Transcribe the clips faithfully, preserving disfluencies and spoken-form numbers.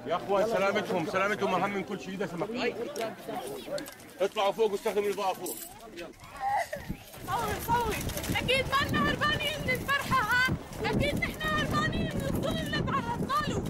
يا اخوان سلامتهم سلامتهم اهم من كل شيء. اذا سمحت اطلعوا فوق واستخدموا الاضاءه فوق. صوي صوي اكيد ما لنا هربانين من الفرحه. ها اكيد نحن هربانين من الظلم اللي تعرضنا له.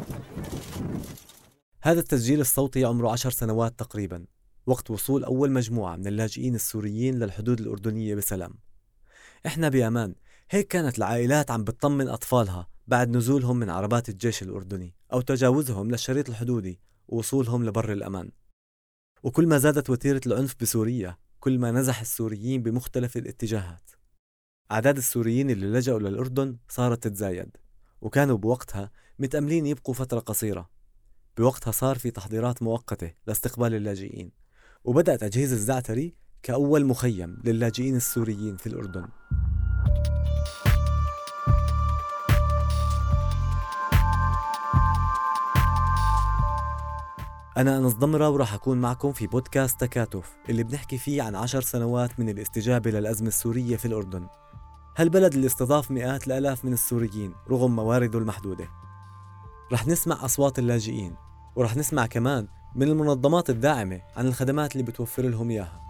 هذا التسجيل الصوتي عمره عشر سنوات تقريبا، وقت وصول أول مجموعة من اللاجئين السوريين للحدود الأردنية بسلام. إحنا بأمان، هيك كانت العائلات عم بتطمن أطفالها بعد نزولهم من عربات الجيش الأردني أو تجاوزهم للشريط الحدودي ووصولهم لبر الأمان. وكل ما زادت وتيرة العنف بسوريا، كل ما نزح السوريين بمختلف الاتجاهات. أعداد السوريين اللي لجأوا للأردن صارت تتزايد، وكانوا بوقتها متأملين يبقوا فترة قصيرة. بوقتها صار في تحضيرات مؤقتة لاستقبال اللاجئين، وبدأ تجهيز الزعتري كأول مخيم للاجئين السوريين في الأردن. أنا أنس ضمرة وراح أكون معكم في بودكاست تكاتف اللي بنحكي فيه عن عشر سنوات من الاستجابة للأزمة السورية في الأردن، هالبلد اللي استضاف مئات الآلاف من السوريين رغم موارده المحدودة. رح نسمع أصوات اللاجئين، ورح نسمع كمان من المنظمات الداعمة عن الخدمات اللي بتوفر لهم إياها.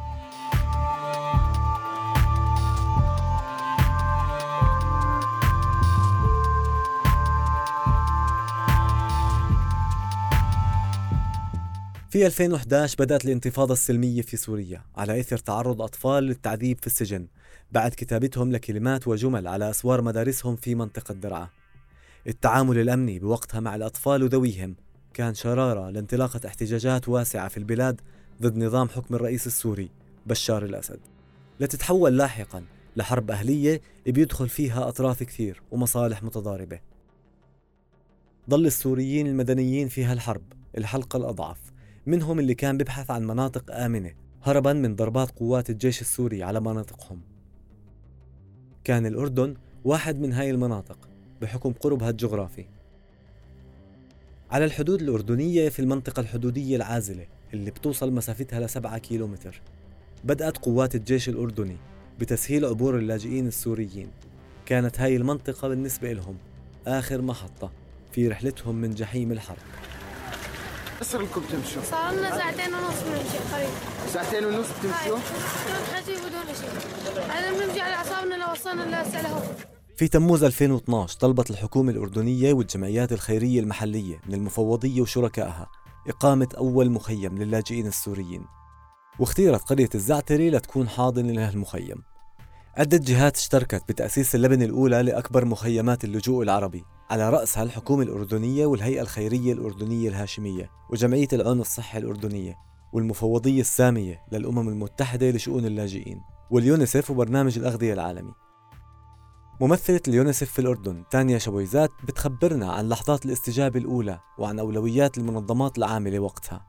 في ألفين وإحدى عشر بدأت الانتفاضة السلمية في سوريا على إثر تعرض أطفال للتعذيب في السجن بعد كتابتهم لكلمات وجمل على أسوار مدارسهم في منطقة درعا. التعامل الأمني بوقتها مع الأطفال وذويهم كان شرارة لانطلاقة احتجاجات واسعة في البلاد ضد نظام حكم الرئيس السوري بشار الأسد، لتتحول لاحقا لحرب أهلية بيدخل فيها أطراف كثير ومصالح متضاربة. ظل السوريين المدنيين في هالحرب الحلقة الأضعف، منهم اللي كان بيبحث عن مناطق آمنة هربا من ضربات قوات الجيش السوري على مناطقهم. كان الأردن واحد من هاي المناطق بحكم قربها الجغرافي. على الحدود الأردنية في المنطقة الحدودية العازلة اللي بتوصل مسافتها لسبعة كيلومتر، بدأت قوات الجيش الأردني بتسهيل عبور اللاجئين السوريين. كانت هاي المنطقة بالنسبة لهم آخر محطة في رحلتهم من جحيم الحرب. قصر لكم تمشوا؟ صار لنا ساعتين ونص بنمشي قريب. ساعتين ونص بتمشوا؟ بدون حكي بدون شيء. أنا بنمشي على أعصابنا لو وصلنا لهسه لهون. في تموز ألفين واثني عشر طلبت الحكومة الأردنية والجمعيات الخيرية المحلية من المفوضية وشركائها إقامة أول مخيم للاجئين السوريين، واختيرت قرية الزعتري لتكون حاضنة لهالمخيم. عدة جهات اشتركت بتأسيس اللبنة الأولى لأكبر مخيمات اللجوء العربي، على رأسها الحكومة الأردنية والهيئة الخيرية الأردنية الهاشمية وجمعية العون الصحي الأردنية والمفوضية السامية للأمم المتحدة لشؤون اللاجئين واليونيسف وبرنامج الأغذية العالمي. ممثلة اليونيسف في الأردن تانيا شبويزات بتخبرنا عن لحظات الاستجابة الأولى وعن أولويات المنظمات العاملة وقتها.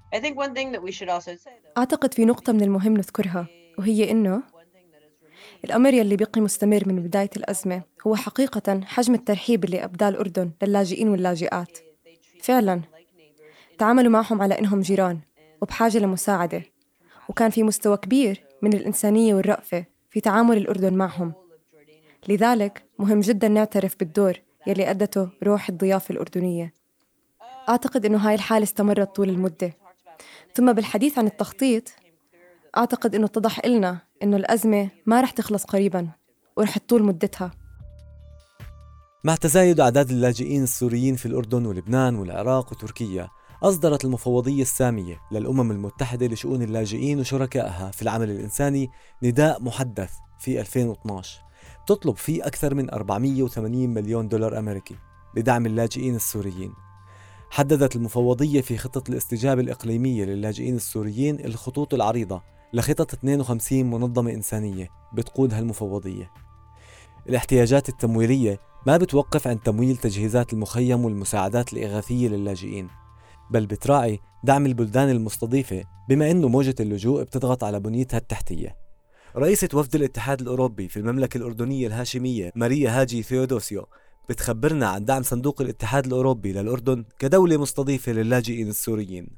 أعتقد في نقطة من المهم نذكرها، وهي إنه الأمر يلي بقي مستمر من بداية الأزمة هو حقيقة حجم الترحيب اللي أبداه الأردن للاجئين واللاجئات. فعلاً تعاملوا معهم على إنهم جيران وبحاجة لمساعدة، وكان في مستوى كبير من الإنسانية والرأفة في تعامل الأردن معهم. لذلك مهم جداً نعترف بالدور يلي أدته روح الضيافة الأردنية. أعتقد إنه هاي الحالة استمرت طول المدة. ثم بالحديث عن التخطيط، أعتقد إنه اتضح إلنا إنه الأزمة ما رح تخلص قريباً ورح تطول مدتها. مع تزايد أعداد اللاجئين السوريين في الأردن ولبنان والعراق وتركيا، أصدرت المفوضية السامية للأمم المتحدة لشؤون اللاجئين وشركائها في العمل الإنساني نداء محدث في ألفين واثني عشر تطلب فيه أكثر من أربعمئة وثمانين مليون دولار أمريكي لدعم اللاجئين السوريين. حددت المفوضية في خطة الاستجابة الإقليمية للاجئين السوريين الخطوط العريضة لخطط اثنين وخمسين منظمة إنسانية بتقودها المفوضية. الاحتياجات التمويلية ما بتوقف عن تمويل تجهيزات المخيم والمساعدات الإغاثية للاجئين، بل بتراعي دعم البلدان المستضيفة بما أنه موجة اللجوء بتضغط على بنيتها التحتية. رئيسة وفد الاتحاد الأوروبي في المملكة الأردنية الهاشمية ماريا هاجي ثيودوسيو بتخبرنا عن دعم صندوق الاتحاد الأوروبي للأردن كدولة مستضيفة للاجئين السوريين.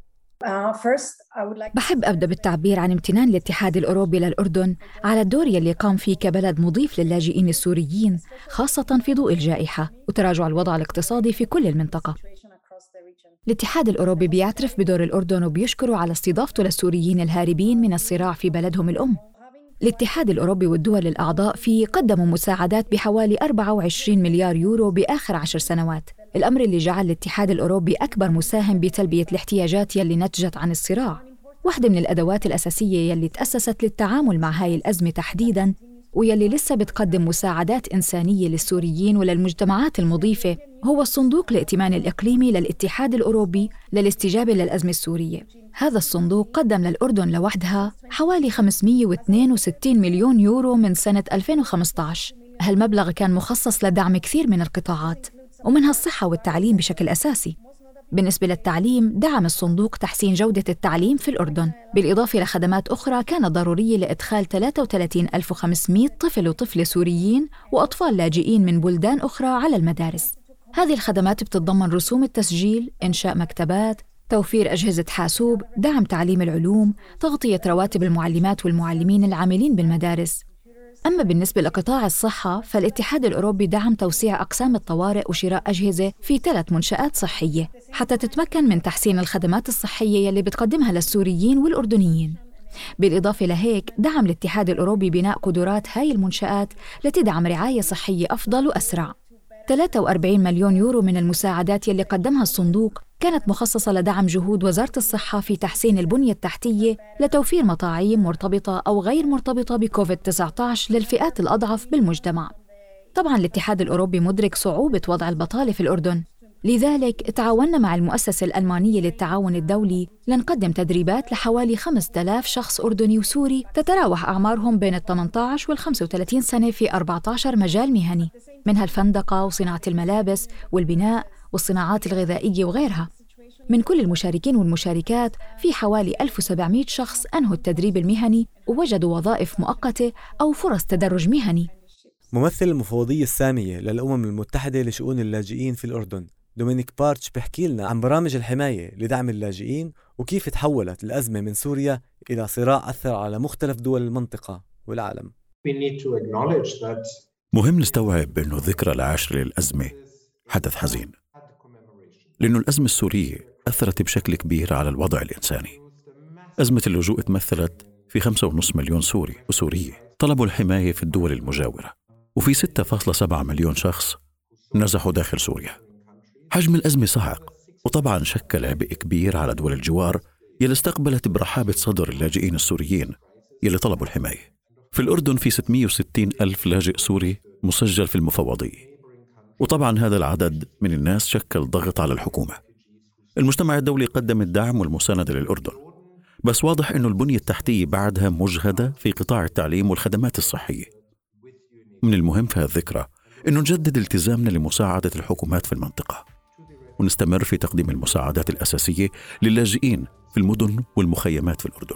بحب أبدأ بالتعبير عن امتنان الاتحاد الأوروبي للأردن على الدور يلي قام فيه كبلد مضيف للاجئين السوريين، خاصة في ضوء الجائحة وتراجع الوضع الاقتصادي في كل المنطقة. الاتحاد الأوروبي بيعترف بدور الأردن وبيشكره على استضافته للسوريين الهاربين من الصراع في بلدهم الأم. الاتحاد الأوروبي والدول الأعضاء فيه قدموا مساعدات بحوالي أربعة وعشرين مليار يورو بآخر عشر سنوات، الأمر اللي جعل الاتحاد الأوروبي أكبر مساهم بتلبية الاحتياجات يلي نتجت عن الصراع. واحدة من الأدوات الأساسية يلي تأسست للتعامل مع هاي الأزمة تحديداً ويلي لسه بتقدم مساعدات إنسانية للسوريين وللمجتمعات المضيفة هو الصندوق الائتمان الإقليمي للاتحاد الأوروبي للاستجابة للأزمة السورية. هذا الصندوق قدم للأردن لوحدها حوالي خمسمئة واثنين وستين مليون يورو من سنة ألفين وخمسة عشر. هالمبلغ كان مخصص لدعم كثير من القطاعات ومنها الصحة والتعليم بشكل أساسي. بالنسبة للتعليم، دعم الصندوق تحسين جودة التعليم في الأردن، بالإضافة لخدمات أخرى كانت ضرورية لإدخال ثلاثة وثلاثين ألف وخمسمئة طفل وطفلة سوريين وأطفال لاجئين من بلدان أخرى على المدارس. هذه الخدمات بتتضمن رسوم التسجيل، إنشاء مكتبات، توفير أجهزة حاسوب، دعم تعليم العلوم، تغطية رواتب المعلمات والمعلمين العاملين بالمدارس. أما بالنسبة لقطاع الصحة، فالاتحاد الأوروبي دعم توسيع أقسام الطوارئ وشراء أجهزة في ثلاث منشآت صحية حتى تتمكن من تحسين الخدمات الصحية يلي بتقدمها للسوريين والأردنيين. بالإضافة لهيك، دعم الاتحاد الأوروبي بناء قدرات هاي المنشآت لتدعم رعاية صحية أفضل وأسرع. ثلاثة وأربعين مليون يورو من المساعدات يلي قدمها الصندوق كانت مخصصة لدعم جهود وزارة الصحة في تحسين البنية التحتية لتوفير مطاعيم مرتبطة أو غير مرتبطة بكوفيد تسعة عشر للفئات الأضعف بالمجتمع. طبعاً الاتحاد الأوروبي مدرك صعوبة وضع البطالة في الأردن، لذلك تعاوننا مع المؤسسة الألمانية للتعاون الدولي لنقدم تدريبات لحوالي خمسة آلاف شخص أردني وسوري تتراوح أعمارهم بين الثمانية عشر والخمسة وثلاثين سنة في أربعة عشر مجال مهني، منها الفندقة وصناعة الملابس والبناء والصناعات الغذائية وغيرها. من كل المشاركين والمشاركات في حوالي ألف وسبعمئة شخص أنهوا التدريب المهني ووجدوا وظائف مؤقتة أو فرص تدرج مهني. ممثل المفوضية السامية للأمم المتحدة لشؤون اللاجئين في الأردن دومينيك بارتش بيحكي لنا عن برامج الحماية لدعم اللاجئين وكيف تحولت الأزمة من سوريا إلى صراع أثر على مختلف دول المنطقة والعالم. مهم نستوعب أنه الذكرى العاشرة للأزمة حدث حزين، لأنه الأزمة السورية أثرت بشكل كبير على الوضع الإنساني. أزمة اللجوء تمثلت في خمسة ونصف مليون سوري وسورية طلبوا الحماية في الدول المجاورة، وفي ستة فاصلة سبعة مليون شخص نزحوا داخل سوريا. حجم الأزمة صعق، وطبعاً شكل عبء كبير على دول الجوار يلي استقبلت برحابة صدر اللاجئين السوريين يلي طلبوا الحماية. في الأردن في ستمئة وستين ألف لاجئ سوري مسجل في المفوضية، وطبعاً هذا العدد من الناس شكل ضغط على الحكومة. المجتمع الدولي قدم الدعم والمساندة للأردن، بس واضح أنه البنية التحتية بعدها مجهدة في قطاع التعليم والخدمات الصحية. من المهم في هالذكرى أنه نجدد التزامنا لمساعدة الحكومات في المنطقة ونستمر في تقديم المساعدات الأساسية للاجئين في المدن والمخيمات في الأردن.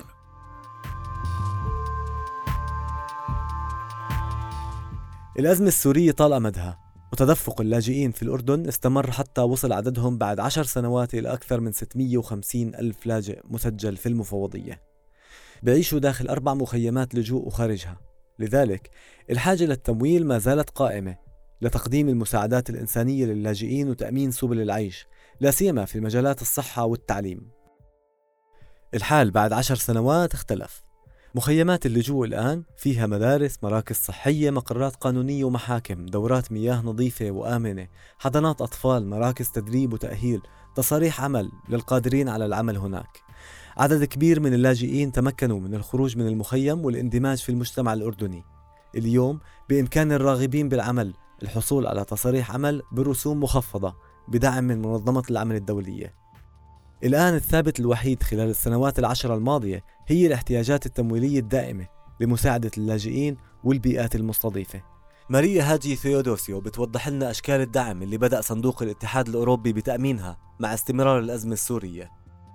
الأزمة السورية طال أمدها، وتدفق اللاجئين في الأردن استمر حتى وصل عددهم بعد عشر سنوات إلى أكثر من ستمئة وخمسين ألف لاجئ مسجل في المفوضية. بيعيشوا داخل أربع مخيمات لجوء وخارجها، لذلك الحاجة للتمويل ما زالت قائمة لتقديم المساعدات الإنسانية للاجئين وتأمين سبل العيش، لا سيما في مجالات الصحة والتعليم. الحال بعد عشر سنوات اختلف. مخيمات اللجوء الآن فيها مدارس، مراكز صحية، مقرات قانونية ومحاكم، دورات مياه نظيفة وآمنة، حضانات أطفال، مراكز تدريب وتأهيل، تصاريح عمل للقادرين على العمل هناك. عدد كبير من اللاجئين تمكنوا من الخروج من المخيم والاندماج في المجتمع الأردني. اليوم بإمكان الراغبين بالعمل الحصول على تصاريح عمل برسوم مخفضة بدعم من منظمة العمل الدولية. الآن الثابت الوحيد خلال السنوات العشرة الماضية هي الاحتياجات التمويلية الدائمة لمساعدة اللاجئين والبيئات المستضيفة. ماريا هاجي ثيودوسيو بتوضح لنا أشكال الدعم اللي بدأ صندوق الاتحاد الأوروبي بتأمينها مع استمرار الأزمة السورية.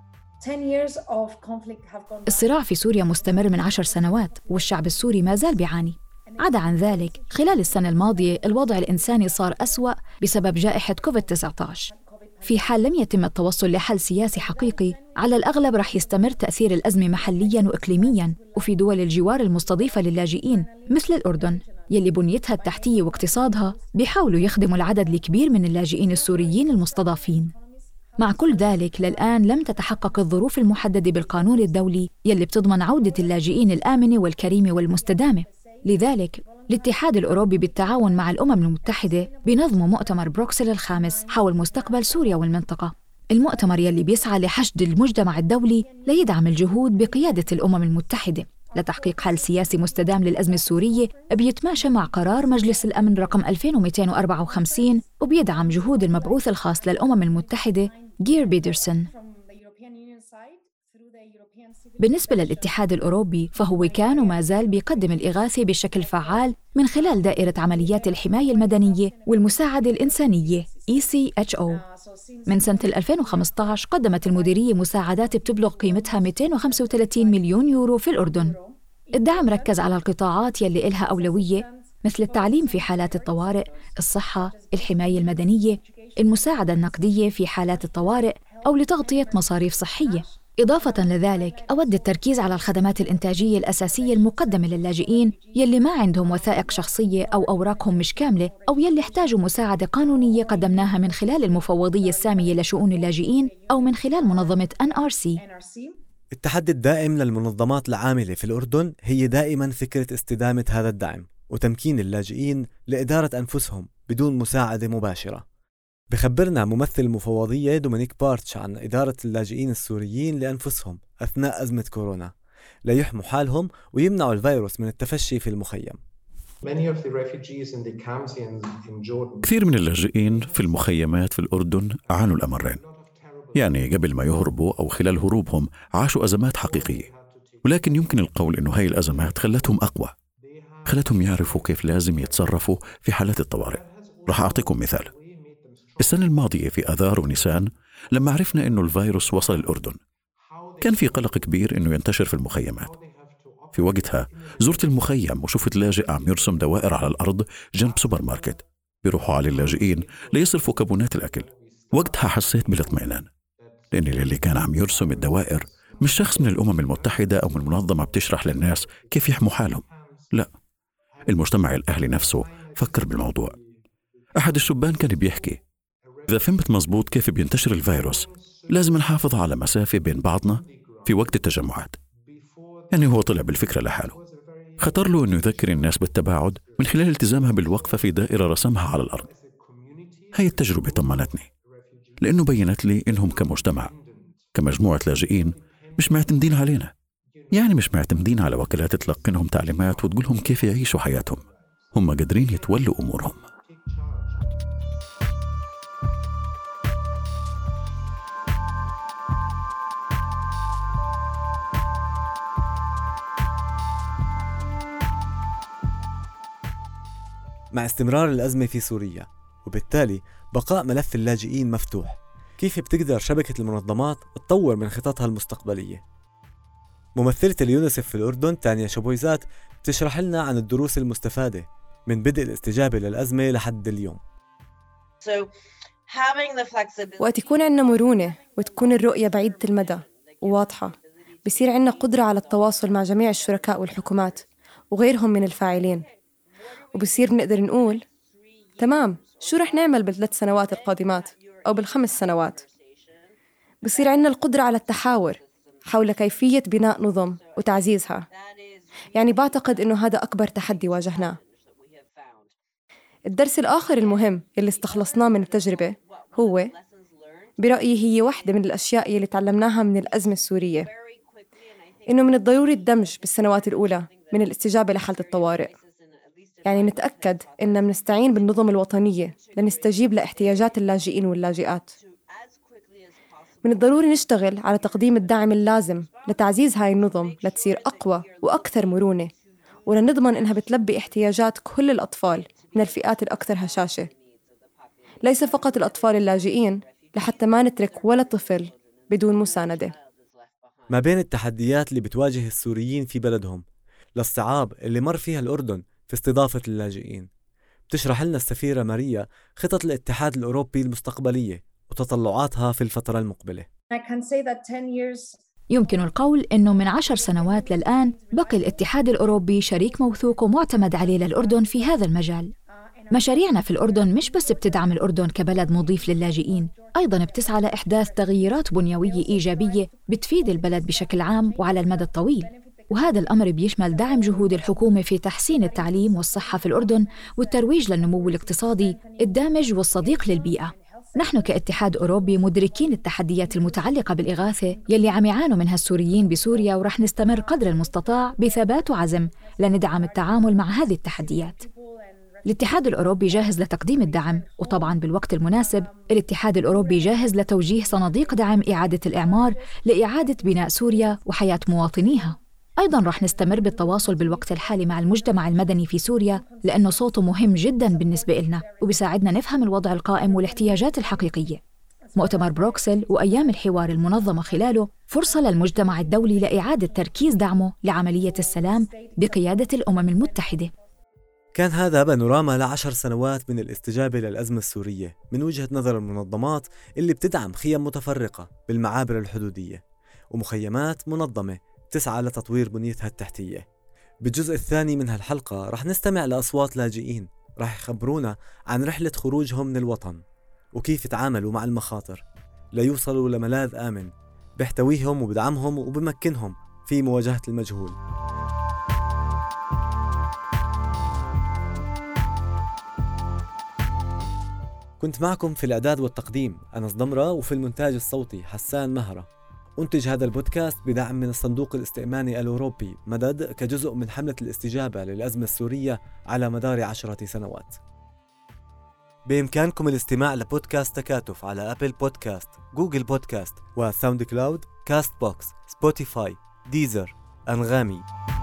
الصراع في سوريا مستمر من عشر سنوات، والشعب السوري ما زال بيعاني. عدا عن ذلك، خلال السنة الماضية الوضع الإنساني صار أسوأ بسبب جائحة كوفيد تسعة عشر. في حال لم يتم التوصل لحل سياسي حقيقي، على الأغلب رح يستمر تأثير الأزمة محلياً وإقليمياً وفي دول الجوار المستضيفة للاجئين مثل الأردن، يلي بنيتها التحتية واقتصادها بيحاولوا يخدموا العدد الكبير من اللاجئين السوريين المستضافين. مع كل ذلك للآن لم تتحقق الظروف المحددة بالقانون الدولي يلي بتضمن عودة اللاجئين الآمنة والكريمة والمستدامة. لذلك الاتحاد الأوروبي بالتعاون مع الأمم المتحدة بنظم مؤتمر بروكسل الخامس حول مستقبل سوريا والمنطقة. المؤتمر يلي بيسعى لحشد المجتمع الدولي ليدعم الجهود بقيادة الأمم المتحدة لتحقيق حل سياسي مستدام للأزمة السورية، بيتماشى مع قرار مجلس الأمن رقم ألفين ومئتين وأربعة وخمسين، وبيدعم جهود المبعوث الخاص للأمم المتحدة غير بيدرسون. بالنسبة للاتحاد الأوروبي فهو كان وما زال بيقدم الإغاثة بشكل فعال من خلال دائرة عمليات الحماية المدنية والمساعدة الإنسانية إي سي إتش أو. من سنة ألفين وخمسة عشر قدمت المديرية مساعدات بتبلغ قيمتها مئتين وخمسة وثلاثين مليون يورو في الأردن. الدعم ركز على القطاعات يلي إلها أولوية مثل التعليم في حالات الطوارئ، الصحة، الحماية المدنية، المساعدة النقدية في حالات الطوارئ أو لتغطية مصاريف صحية. إضافة لذلك أود التركيز على الخدمات الإنتاجية الأساسية المقدمة للاجئين يلي ما عندهم وثائق شخصية أو أوراقهم مش كاملة أو يلي احتاجوا مساعدة قانونية قدمناها من خلال المفوضية السامية لشؤون اللاجئين أو من خلال منظمة إن آر سي. التحدي الدائم للمنظمات العاملة في الأردن هي دائما فكرة استدامة هذا الدعم وتمكين اللاجئين لإدارة أنفسهم بدون مساعدة مباشرة. بخبرنا ممثل المفوضية دومينيك بارتش عن إدارة اللاجئين السوريين لأنفسهم أثناء أزمة كورونا ليحموا حالهم ويمنعوا الفيروس من التفشي في المخيم. كثير من اللاجئين في المخيمات في الأردن عانوا الأمرين، يعني قبل ما يهربوا أو خلال هروبهم عاشوا أزمات حقيقية، ولكن يمكن القول إنه هاي الأزمات خلتهم أقوى، خلتهم يعرفوا كيف لازم يتصرفوا في حالات الطوارئ. رح أعطيكم مثال. السنة الماضية في آذار ونيسان لما عرفنا إنه الفيروس وصل الأردن كان في قلق كبير إنه ينتشر في المخيمات. في وقتها زرت المخيم وشفت لاجئ عم يرسم دوائر على الأرض جنب سوبر ماركت بيروحوا على اللاجئين ليصرفوا كابونات الأكل. وقتها حسيت بالاطمئنان، لأن اللي كان عم يرسم الدوائر مش شخص من الأمم المتحدة أو من منظمة بتشرح للناس كيف يحموا حالهم، لا، المجتمع الأهلي نفسه فكر بالموضوع. أحد الشبان كان بيحكي إذا فهمت مزبوط كيف بينتشر الفيروس لازم نحافظ على مسافة بين بعضنا في وقت التجمعات. يعني هو طلع بالفكرة لحاله، خطر له إنه يذكر الناس بالتباعد من خلال التزامها بالوقفة في دائرة رسمها على الأرض. هاي التجربة طمنتني، لأنه بينت لي إنهم كمجتمع كمجموعة لاجئين مش معتمدين علينا، يعني مش معتمدين على وكالات تلقنهم تعليمات وتقولهم كيف يعيشوا حياتهم، هم قادرين يتولوا أمورهم. مع استمرار الأزمة في سوريا وبالتالي بقاء ملف اللاجئين مفتوح، كيف بتقدر شبكة المنظمات تطور من خططها المستقبلية؟ ممثلة اليونيسف في الأردن تانيا شبويزات بتشرح لنا عن الدروس المستفادة من بدء الاستجابة للأزمة لحد اليوم. وقت يكون عندنا مرونة وتكون الرؤية بعيدة المدى وواضحة، بصير عندنا قدرة على التواصل مع جميع الشركاء والحكومات وغيرهم من الفاعلين، وبصير بنقدر نقول تمام شو رح نعمل بالثلاث سنوات القادمات أو بالخمس سنوات. بصير عندنا القدرة على التحاور حول كيفية بناء نظم وتعزيزها. يعني بعتقد إنه هذا أكبر تحدي واجهناه. الدرس الآخر المهم اللي استخلصناه من التجربة هو برأيي هي واحدة من الأشياء اللي تعلمناها من الأزمة السورية، إنه من الضروري الدمج بالسنوات الأولى من الاستجابة لحالة الطوارئ. يعني نتأكد إننا منستعين بالنظم الوطنية لنستجيب لاحتياجات اللاجئين واللاجئات. من الضروري نشتغل على تقديم الدعم اللازم لتعزيز هاي النظم لتصير أقوى وأكثر مرونة، ولنضمن إنها بتلبي احتياجات كل الأطفال من الفئات الأكثر هشاشة، ليس فقط الأطفال اللاجئين، لحتى ما نترك ولا طفل بدون مساندة. ما بين التحديات اللي بتواجه السوريين في بلدهم للصعاب اللي مر فيها الأردن في استضافة اللاجئين، بتشرح لنا السفيرة ماريا خطط الاتحاد الأوروبي المستقبلية وتطلعاتها في الفترة المقبلة. يمكن القول إنه من عشر سنوات للآن بقي الاتحاد الأوروبي شريك موثوق ومعتمد عليه للأردن في هذا المجال. مشاريعنا في الأردن مش بس بتدعم الأردن كبلد مضيف للاجئين، أيضاً بتسعى لإحداث تغييرات بنيوية إيجابية بتفيد البلد بشكل عام وعلى المدى الطويل. وهذا الأمر بيشمل دعم جهود الحكومة في تحسين التعليم والصحة في الأردن والترويج للنمو الاقتصادي الدامج والصديق للبيئة. نحن كاتحاد أوروبي مدركين التحديات المتعلقة بالإغاثة يلي عم يعانوا منها السوريين بسوريا، ورح نستمر قدر المستطاع بثبات وعزم لندعم التعامل مع هذه التحديات. الاتحاد الأوروبي جاهز لتقديم الدعم، وطبعاً بالوقت المناسب الاتحاد الأوروبي جاهز لتوجيه صناديق دعم إعادة الإعمار لإعادة بناء سوريا وحياة مواطنيها. أيضاً رح نستمر بالتواصل بالوقت الحالي مع المجتمع المدني في سوريا، لأنه صوته مهم جداً بالنسبة لنا وبيساعدنا نفهم الوضع القائم والاحتياجات الحقيقية. مؤتمر بروكسل وأيام الحوار المنظمة خلاله فرصة للمجتمع الدولي لإعادة تركيز دعمه لعملية السلام بقيادة الأمم المتحدة. كان هذا بانوراما لعشر سنوات من الاستجابة للأزمة السورية من وجهة نظر المنظمات اللي بتدعم خيم متفرقة بالمعابر الحدودية ومخيمات منظمة تسعى لتطوير بنيتها التحتية. بالجزء الثاني من هالحلقة رح نستمع لأصوات لاجئين رح يخبرونا عن رحلة خروجهم من الوطن وكيف يتعاملوا مع المخاطر ليوصلوا لملاذ آمن بيحتويهم وبدعمهم وبمكنهم في مواجهة المجهول. كنت معكم في الإعداد والتقديم أنس ضمرة، وفي المونتاج الصوتي حسان مهرة. أنتج هذا البودكاست بدعم من الصندوق الاستئماني الأوروبي مدد كجزء من حملة الاستجابة للأزمة السورية على مدار عشرة سنوات. بإمكانكم الاستماع لبودكاست تكاتف على أبل بودكاست، جوجل بودكاست وساوند كلاود، كاست بوكس، سبوتيفاي، ديزر، أنغامي.